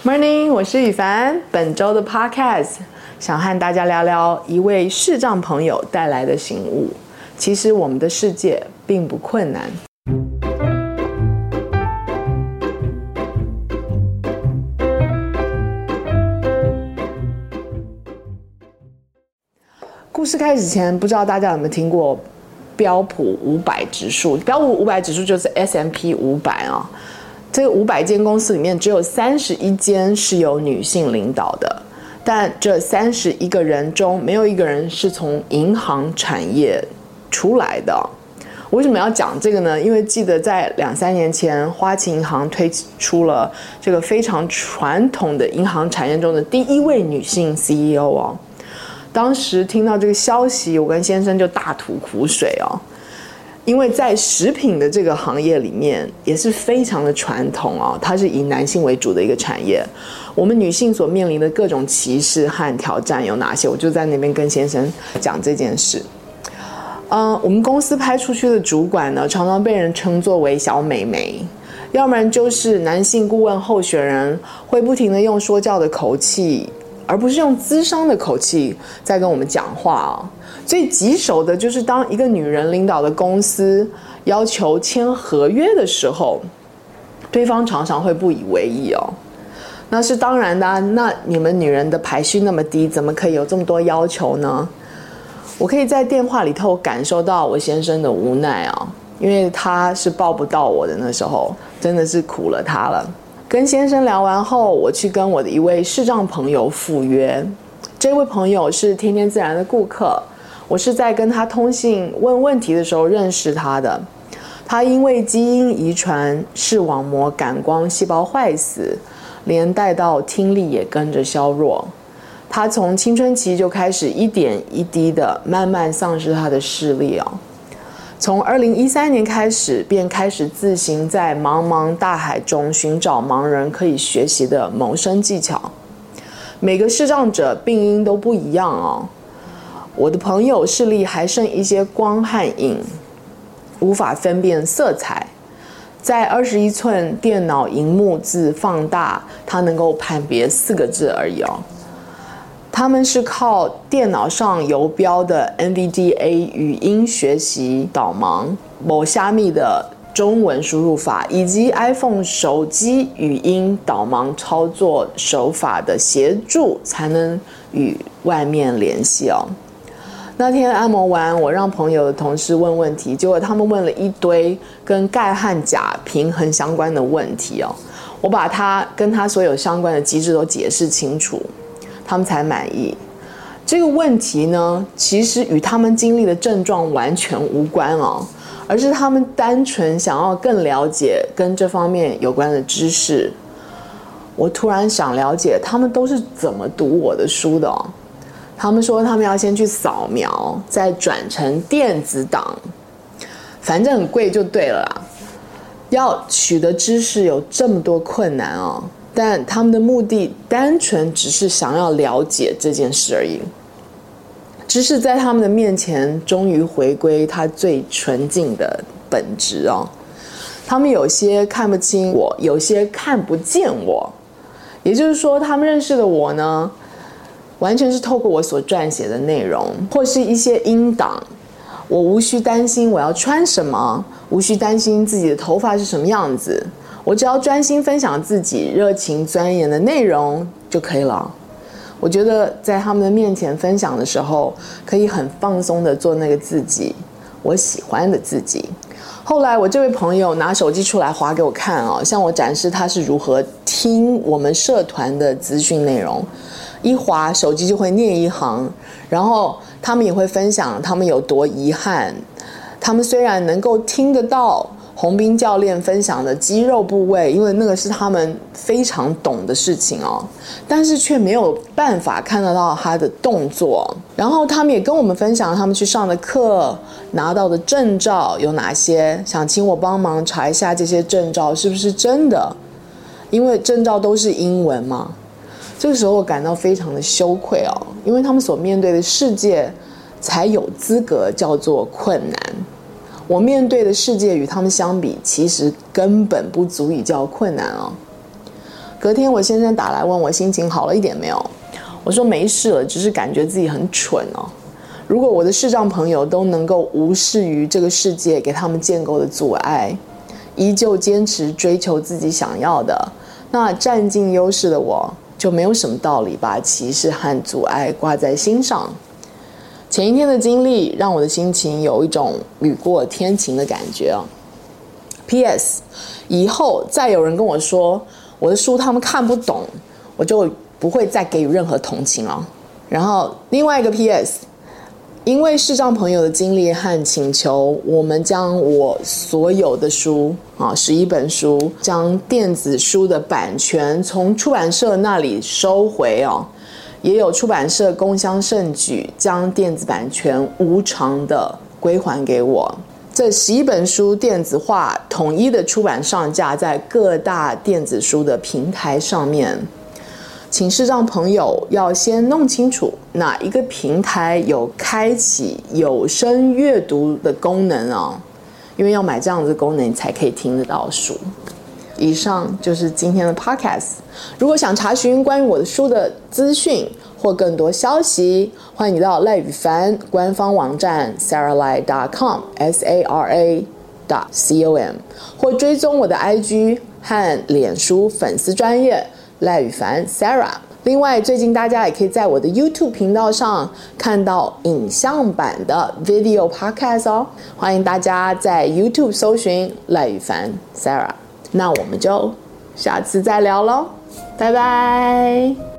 Morning， 我是宇凡。本周的 Podcast 想和大家聊聊一位视障朋友带来的醒悟。其实我们的世界并不困难。故事开始前，不知道大家有没有听过标普500指数？标普500指数就是 S&P 500啊。这个500间公司里面，只有31间是由女性领导的，但这31个人中，没有一个人是从银行产业出来的。为什么要讲这个呢？因为记得在2-3年前，花旗银行推出了这个非常传统的银行产业中的第一位女性 CEO 哦。当时听到这个消息，我跟先生就大吐苦水哦。因为在食品的这个行业里面也是非常的传统哦，它是以男性为主的一个产业。我们女性所面临的各种歧视和挑战有哪些？我就在那边跟先生讲这件事。我们公司派出去的主管呢，常常被人称作为小美眉，要不然就是男性顾问候选人会不停的用说教的口气，而不是用咨商的口气在跟我们讲话哦。最棘手的就是当一个女人领导的公司要求签合约的时候，对方常常会不以为意哦。那是当然的啊，那你们女人的排序那么低，怎么可以有这么多要求呢？我可以在电话里头感受到我先生的无奈啊，因为他是抱不到我的，那时候真的是苦了他了。跟先生聊完后，我去跟我的一位视障朋友赴约。这位朋友是天天自然的顾客，我是在跟他通信问问题的时候认识他的。他因为基因遗传视网膜感光细胞坏死，连带到听力也跟着削弱。他从青春期就开始一点一滴的慢慢丧失他的视力哦。从2013年开始，便开始自行在茫茫大海中寻找盲人可以学习的谋生技巧。每个视障者病因都不一样哦。我的朋友视力还剩一些光和影，无法分辨色彩。在21寸电脑萤幕字放大，他能够判别4个字而已哦。他们是靠电脑上游标的 NVDA 语音学习导盲、某虾米的中文输入法，以及 iPhone 手机语音导盲操作手法的协助，才能与外面联系哦。那天按摩完，我让朋友的同事问问题，结果他们问了一堆跟钙和钾平衡相关的问题哦。我把跟他所有相关的机制都解释清楚，他们才满意。这个问题呢，其实与他们经历的症状完全无关哦，而是他们单纯想要更了解跟这方面有关的知识。我突然想了解，他们都是怎么读我的书的哦。他们说他们要先去扫描，再转成电子档，反正很贵就对了啦。要取得知识有这么多困难哦，但他们的目的单纯只是想要了解这件事而已。知识在他们的面前终于回归它最纯净的本质哦。他们有些看不清我，有些看不见我，也就是说他们认识的我呢，完全是透过我所撰写的内容，或是一些音档。我无需担心我要穿什么，无需担心自己的头发是什么样子，我只要专心分享自己热情钻研的内容就可以了。我觉得在他们的面前分享的时候，可以很放松的做那个自己，我喜欢的自己。后来我这位朋友拿手机出来滑给我看哦，向我展示他是如何听我们社团的资讯内容。一滑手机就会念一行，然后他们也会分享他们有多遗憾。他们虽然能够听得到洪斌教练分享的肌肉部位，因为那个是他们非常懂的事情哦，但是却没有办法看得到他的动作。然后他们也跟我们分享他们去上的课，拿到的证照有哪些，想请我帮忙查一下这些证照是不是真的，因为证照都是英文嘛。这个时候我感到非常的羞愧哦，因为他们所面对的世界才有资格叫做困难。我面对的世界与他们相比，其实根本不足以叫困难哦。 隔天我先生打来问我心情好了一点没有，我说没事了，只是感觉自己很蠢哦。如果我的视障朋友都能够无视于这个世界给他们建构的阻碍，依旧坚持追求自己想要的，那占尽优势的我就没有什么道理把歧视和阻碍挂在心上。前一天的经历让我的心情有一种雨过天晴的感觉啊。P.S. 以后再有人跟我说我的书他们看不懂，我就不会再给予任何同情了。然后另外一个 P.S. 因为视障朋友的经历和请求，我们将我所有的书11本书，将电子书的版权从出版社那里收回也有出版社共襄盛举，将电子版权无偿的归还给我。这11本书电子化，统一的出版上架在各大电子书的平台上面。请视障朋友要先弄清楚哪一个平台有开启有声阅读的功能因为要买这样子的功能你才可以听得到书。以上就是今天的 podcast。 如果想查询关于我的书的资讯或更多消息，欢迎你到赖宇凡官方网站 saralai.com SARA.com 或追踪我的 IG 和脸书粉丝专页赖宇凡 Sarah。 另外最近大家也可以在我的 YouTube 频道上看到影像版的 video podcast欢迎大家在 YouTube 搜寻赖宇凡 Sarah。 那我们就下次再聊咯，拜拜。